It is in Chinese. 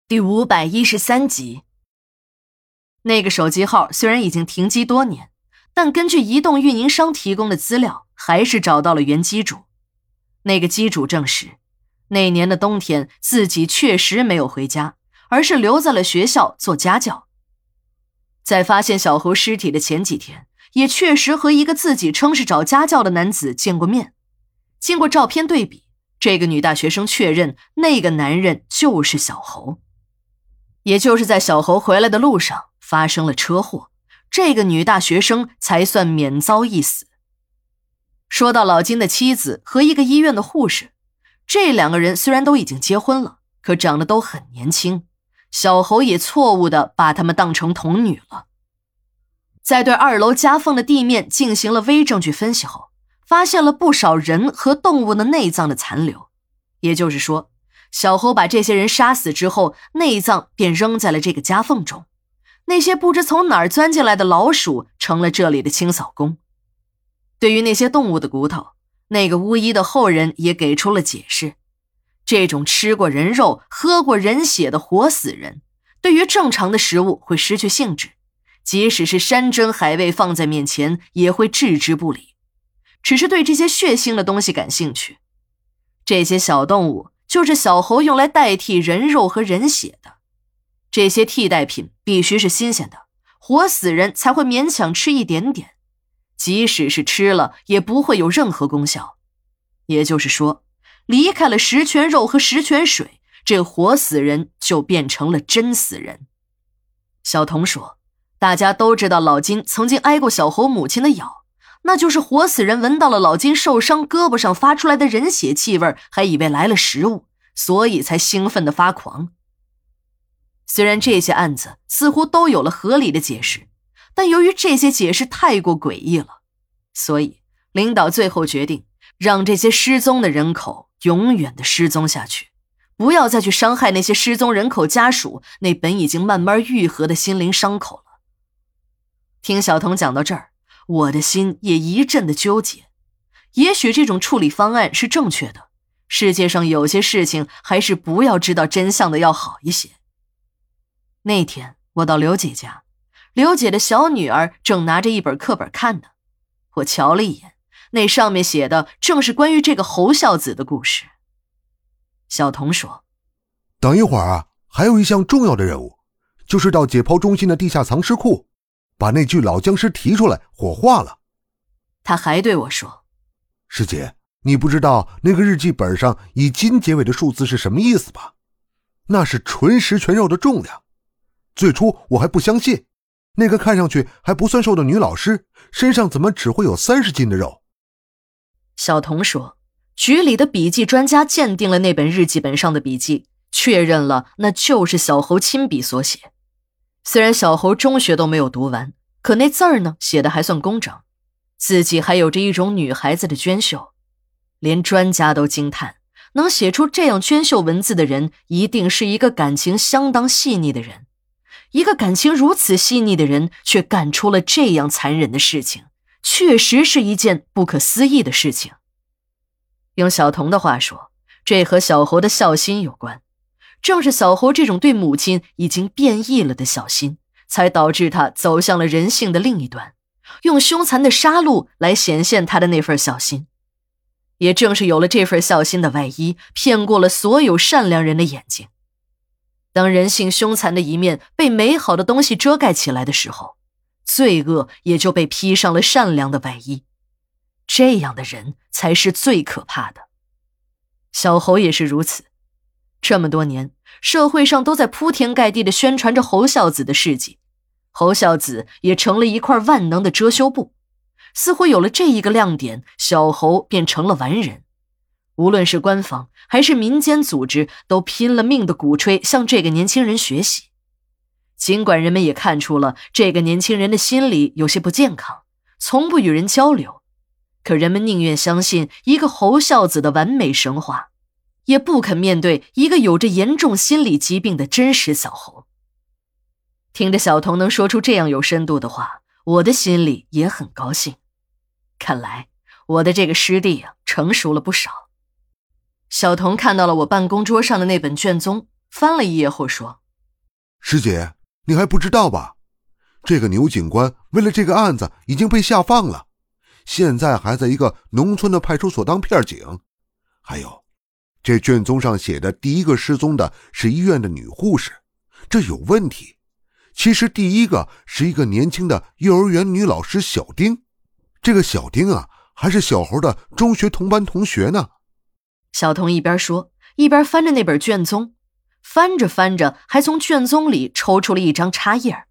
第513集。那个手机号虽然已经停机多年，但根据移动运营商提供的资料，还是找到了原机主。那个机主证实，那年的冬天自己确实没有回家，而是留在了学校做家教。在发现小猴尸体的前几天，也确实和一个自己称是找家教的男子见过面。经过照片对比，这个女大学生确认那个男人就是小猴。也就是在小猴回来的路上发生了车祸，这个女大学生才算免遭一死。说到老金的妻子和一个医院的护士，这两个人虽然都已经结婚了，可长得都很年轻，小猴也错误地把他们当成童女了。在对2楼夹缝的地面进行了微证据分析后，发现了不少人和动物的内脏的残留，也就是说，小猴把这些人杀死之后，内脏便扔在了这个夹缝中。那些不知从哪儿钻进来的老鼠成了这里的清扫工。对于那些动物的骨头，那个巫医的后人也给出了解释。这种吃过人肉、喝过人血的活死人，对于正常的食物会失去兴致，即使是山珍海味放在面前也会置之不理，只是对这些血腥的东西感兴趣。这些小动物就是小猴用来代替人肉和人血的，这些替代品必须是新鲜的，活死人才会勉强吃一点点，即使是吃了也不会有任何功效。也就是说，离开了十全肉和十全水，这活死人就变成了真死人。小童说，大家都知道老金曾经挨过小猴母亲的咬，那就是活死人闻到了老金受伤胳膊上发出来的人血气味，还以为来了食物，所以才兴奋地发狂。虽然这些案子似乎都有了合理的解释，但由于这些解释太过诡异了，所以领导最后决定让这些失踪的人口永远的失踪下去，不要再去伤害那些失踪人口家属那本已经慢慢愈合的心灵伤口了。听小童讲到这儿，我的心也一阵的纠结。也许这种处理方案是正确的，世界上有些事情还是不要知道真相的要好一些。那天我到刘姐家，刘姐的小女儿正拿着一本课本看呢。我瞧了一眼，那上面写的正是关于这个侯孝子的故事。小童说， 等一会儿啊，还有一项重要的任务，就是到解剖中心的地下藏尸库，把那具老僵尸提出来火化了。 他还对我说， 师姐，你不知道那个日记本上以金结尾的数字是什么意思吧？那是纯十全肉的重量。最初我还不相信，那个看上去还不算瘦的女老师身上怎么只会有30斤的肉？ 小童说，局里的笔记专家鉴定了那本日记本上的笔记，确认了那就是小猴亲笔所写。虽然小猴中学都没有读完，可那字儿呢写的还算工整，字迹还有着一种女孩子的娟秀，连专家都惊叹，能写出这样娟秀文字的人一定是一个感情相当细腻的人。一个感情如此细腻的人却干出了这样残忍的事情，确实是一件不可思议的事情。用小童的话说，这和小猴的孝心有关。正是小猴这种对母亲已经变异了的孝心，才导致他走向了人性的另一端，用凶残的杀戮来显现他的那份孝心。也正是有了这份孝心的外衣，骗过了所有善良人的眼睛。当人性凶残的一面被美好的东西遮盖起来的时候，罪恶也就被披上了善良的外衣。这样的人才是最可怕的。小猴也是如此。这么多年，社会上都在铺天盖地地宣传着侯孝子的事迹，侯孝子也成了一块万能的遮羞布。似乎有了这一个亮点，小猴便成了完人。无论是官方还是民间组织，都拼了命地鼓吹向这个年轻人学习。尽管人们也看出了这个年轻人的心理有些不健康，从不与人交流，可人们宁愿相信一个侯孝子的完美神话，也不肯面对一个有着严重心理疾病的真实小猴。听着小童能说出这样有深度的话，我的心里也很高兴。看来我的这个师弟成熟了不少。小童看到了我办公桌上的那本卷宗， 翻了一页后说：“ 师姐，你还不知道吧？这个牛警官为了这个案子已经被下放了，现在还在一个农村的派出所当片警。还有，这卷宗上写的第一个失踪的是医院的女护士，这有问题。其实第一个是一个年轻的幼儿园女老师小丁，这个小丁啊，还是小猴的中学同班同学呢。” 小童一边说，一边翻着那本卷宗，翻着翻着，还从卷宗里抽出了一张插页。